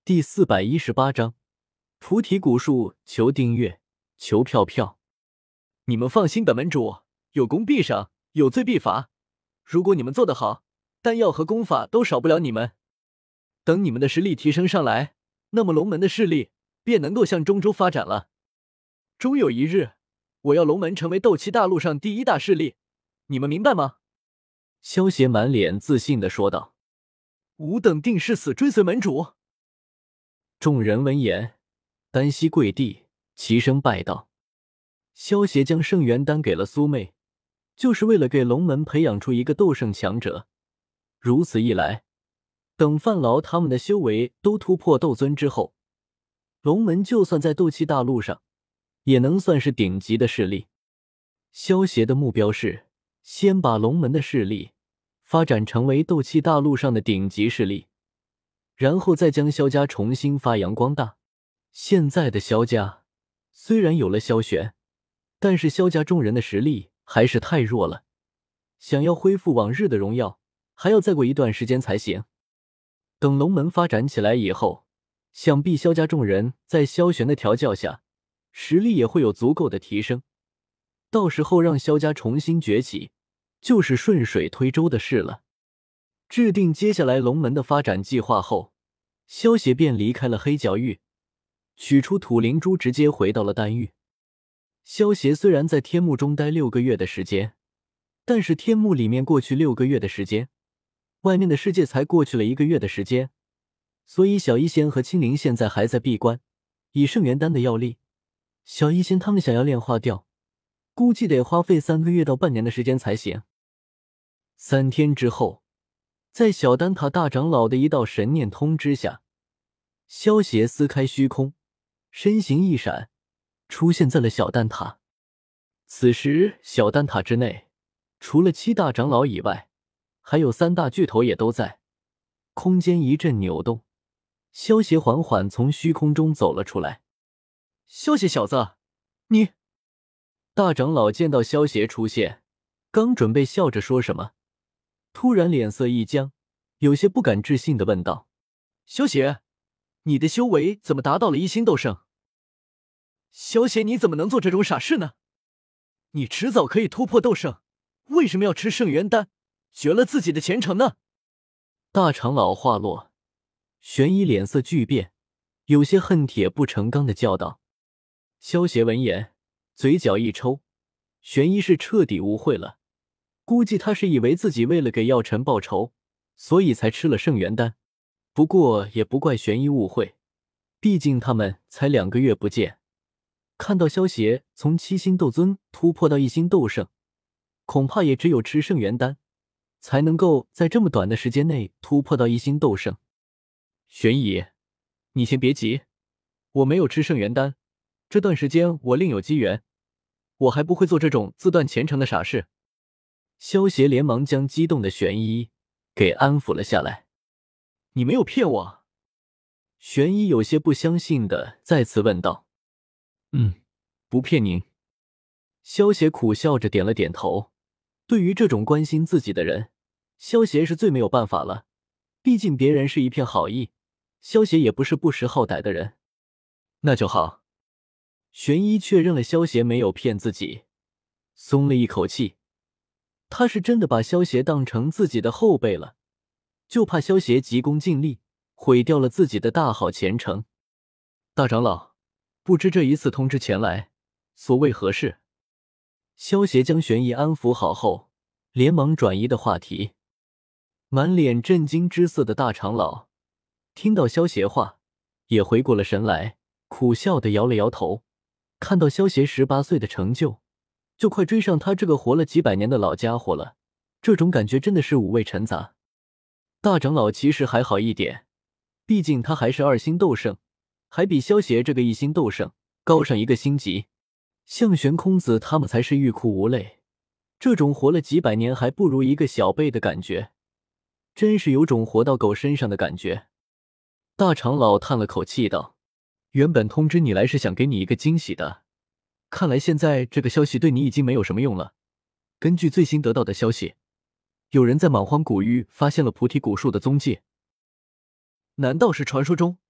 第418章菩提古树，求订阅，求票票。你们放心，本门主有功必赏，有罪必罚。如果你们做得好，丹药和功法都少不了你们。等你们的实力提升上来，那么龙门的势力便能够向中州发展了。终有一日，我要龙门成为斗气大陆上第一大势力，你们明白吗？萧协满脸自信地说道。吾等定誓死追随门主。众人闻言，单膝跪地，齐声拜道。萧协将圣元丹给了苏妹，就是为了给龙门培养出一个斗圣强者。如此一来，等范劳他们的修为都突破斗尊之后，龙门就算在斗气大陆上，也能算是顶级的势力。萧协的目标是先把龙门的势力发展成为斗气大陆上的顶级势力，然后再将萧家重新发扬光大。现在的萧家虽然有了萧玄，但是萧家众人的实力还是太弱了，想要恢复往日的荣耀，还要再过一段时间才行。等龙门发展起来以后，想必萧家众人在萧玄的调教下，实力也会有足够的提升。到时候让萧家重新崛起，就是顺水推舟的事了。制定接下来龙门的发展计划后，萧协便离开了黑角域，取出土灵珠，直接回到了丹域。萧协虽然在天幕中待6个月的时间，但是天幕里面过去6个月的时间，外面的世界才过去了1个月的时间，所以小医仙和青灵现在还在闭关。以圣元丹的药力，小医仙他们想要炼化掉，估计得花费3个月到半年的时间才行。3天之后，在小丹塔大长老的一道神念通知下，萧协撕开虚空，身形一闪，出现在了小丹塔。此时小丹塔之内，除了7大长老以外，还有3大巨头也都在。空间一阵扭动，萧协缓缓从虚空中走了出来。萧协小子，你……大长老见到萧协出现，刚准备笑着说什么，突然脸色一僵，有些不敢置信地问道：萧协，你的修为怎么达到了1星斗圣？萧协，你怎么能做这种傻事呢？你迟早可以突破斗圣，为什么要吃圣元丹，绝了自己的前程呢？大长老话落，玄一脸色巨变，有些恨铁不成钢地叫道。萧协闻言，嘴角一抽，玄一是彻底误会了，估计他是以为自己为了给药尘报仇，所以才吃了圣元丹。不过也不怪玄一误会，毕竟他们才2个月不见，看到萧协从7星斗尊突破到1星斗圣，恐怕也只有吃圣元丹才能够在这么短的时间内突破到1星斗圣。玄一，你先别急，我没有吃圣元丹，这段时间我另有机缘，我还不会做这种自断前程的傻事。萧协连忙将激动的玄一给安抚了下来。你没有骗我？玄一有些不相信的再次问道。不骗您。萧协苦笑着点了点头。对于这种关心自己的人，萧协是最没有办法了，毕竟别人是一片好意，萧协也不是不识好歹的人。那就好。玄一确认了萧协没有骗自己，松了一口气。他是真的把萧协当成自己的后辈了，就怕萧协急功近利，毁掉了自己的大好前程。大长老，不知这一次通知前来，所谓何事？萧协将玄一安抚好后，连忙转移的话题。满脸震惊之色的大长老听到萧协话，也回过了神来，苦笑的摇了摇头。看到萧协18岁的成就，就快追上他这个活了几百年的老家伙了，这种感觉真的是五味陈杂。大长老其实还好一点，毕竟他还是2星斗圣，还比萧协这个1星斗圣高上1个星级。像玄空子他们才是欲哭无泪，这种活了几百年还不如一个小辈的感觉，真是有种活到狗身上的感觉。大长老叹了口气道：原本通知你来是想给你一个惊喜的，看来现在这个消息对你已经没有什么用了。根据最新得到的消息，有人在莽荒古域发现了菩提古树的踪迹。难道是传说中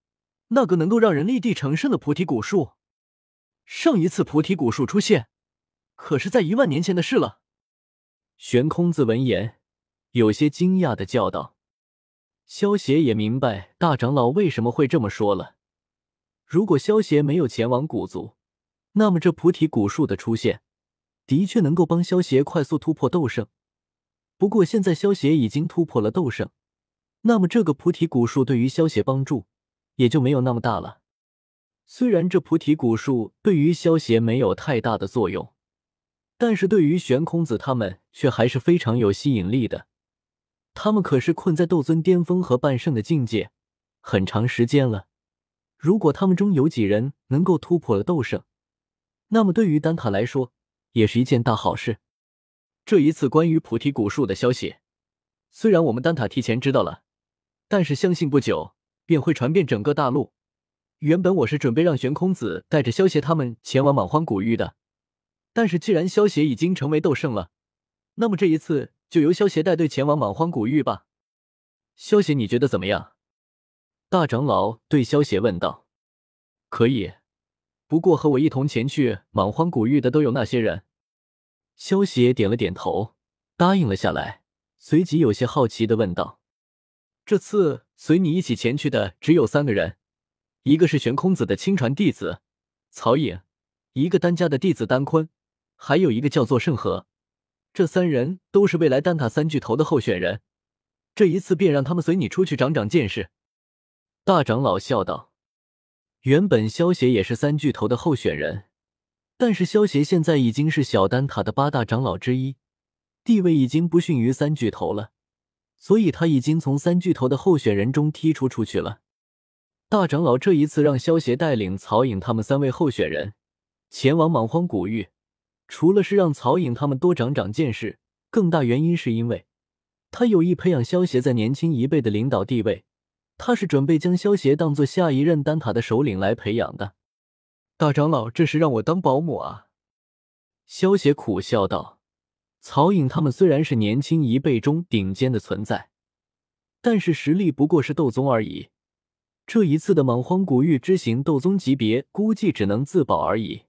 那个能够让人立地成圣的菩提古树。上一次菩提古树出现，可是在10000年前的事了。玄空子闻言，有些惊讶地叫道。萧协也明白大长老为什么会这么说了。如果萧协没有前往古族，那么这菩提古树的出现，的确能够帮萧协快速突破斗圣。不过现在萧协已经突破了斗圣，那么这个菩提古树对于萧协帮助也就没有那么大了。虽然这菩提古树对于萧协没有太大的作用，但是对于玄空子他们却还是非常有吸引力的。他们可是困在斗尊巅峰和半圣的境界很长时间了，如果他们中有几人能够突破了斗圣，那么对于丹塔来说也是一件大好事。这一次关于菩提古树的消息，虽然我们丹塔提前知道了，但是相信不久便会传遍整个大陆。原本我是准备让玄空子带着萧协他们前往莽荒古域的，但是既然萧协已经成为斗圣了，那么这一次就由萧协带队前往莽荒古域吧。萧协，你觉得怎么样？大长老对萧协问道。可以，不过和我一同前去莽荒古域的都有那些人？萧协点了点头，答应了下来，随即有些好奇地问道。这次随你一起前去的只有3个人，一个是玄空子的亲传弟子曹颖，一个丹家的弟子丹坤，还有一个叫做盛和。这3人都是未来丹塔3巨头的候选人，这一次便让他们随你出去长长见识。大长老笑道。原本萧协也是3巨头的候选人，但是萧协现在已经是小丹塔的8大长老之一，地位已经不逊于3巨头了，所以他已经从3巨头的候选人中剔出去了。大长老这一次让萧协带领曹颖他们3位候选人前往莽荒古域，除了是让曹颖他们多长长见识，更大原因是因为他有意培养萧协在年轻一辈的领导地位，他是准备将萧协当作下一任丹塔的首领来培养的。大长老这是让我当保姆啊？萧协苦笑道。曹颖他们虽然是年轻一辈中顶尖的存在，但是实力不过是斗宗而已，这一次的莽荒古域之行斗宗级别估计只能自保而已。